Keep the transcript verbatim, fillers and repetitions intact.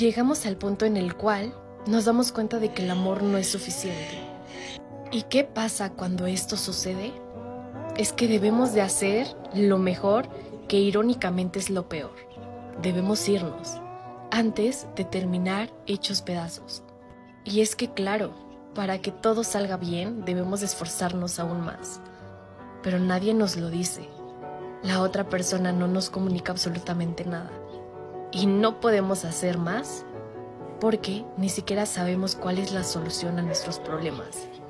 Llegamos al punto en el cual nos damos cuenta de que el amor no es suficiente. ¿Y qué pasa cuando esto sucede? Es que debemos de hacer lo mejor, que irónicamente es lo peor. Debemos irnos antes de terminar hechos pedazos. Y es que claro, para que todo salga bien debemos esforzarnos aún más. Pero nadie nos lo dice. La otra persona no nos comunica absolutamente nada. Y no podemos hacer más porque ni siquiera sabemos cuál es la solución a nuestros problemas.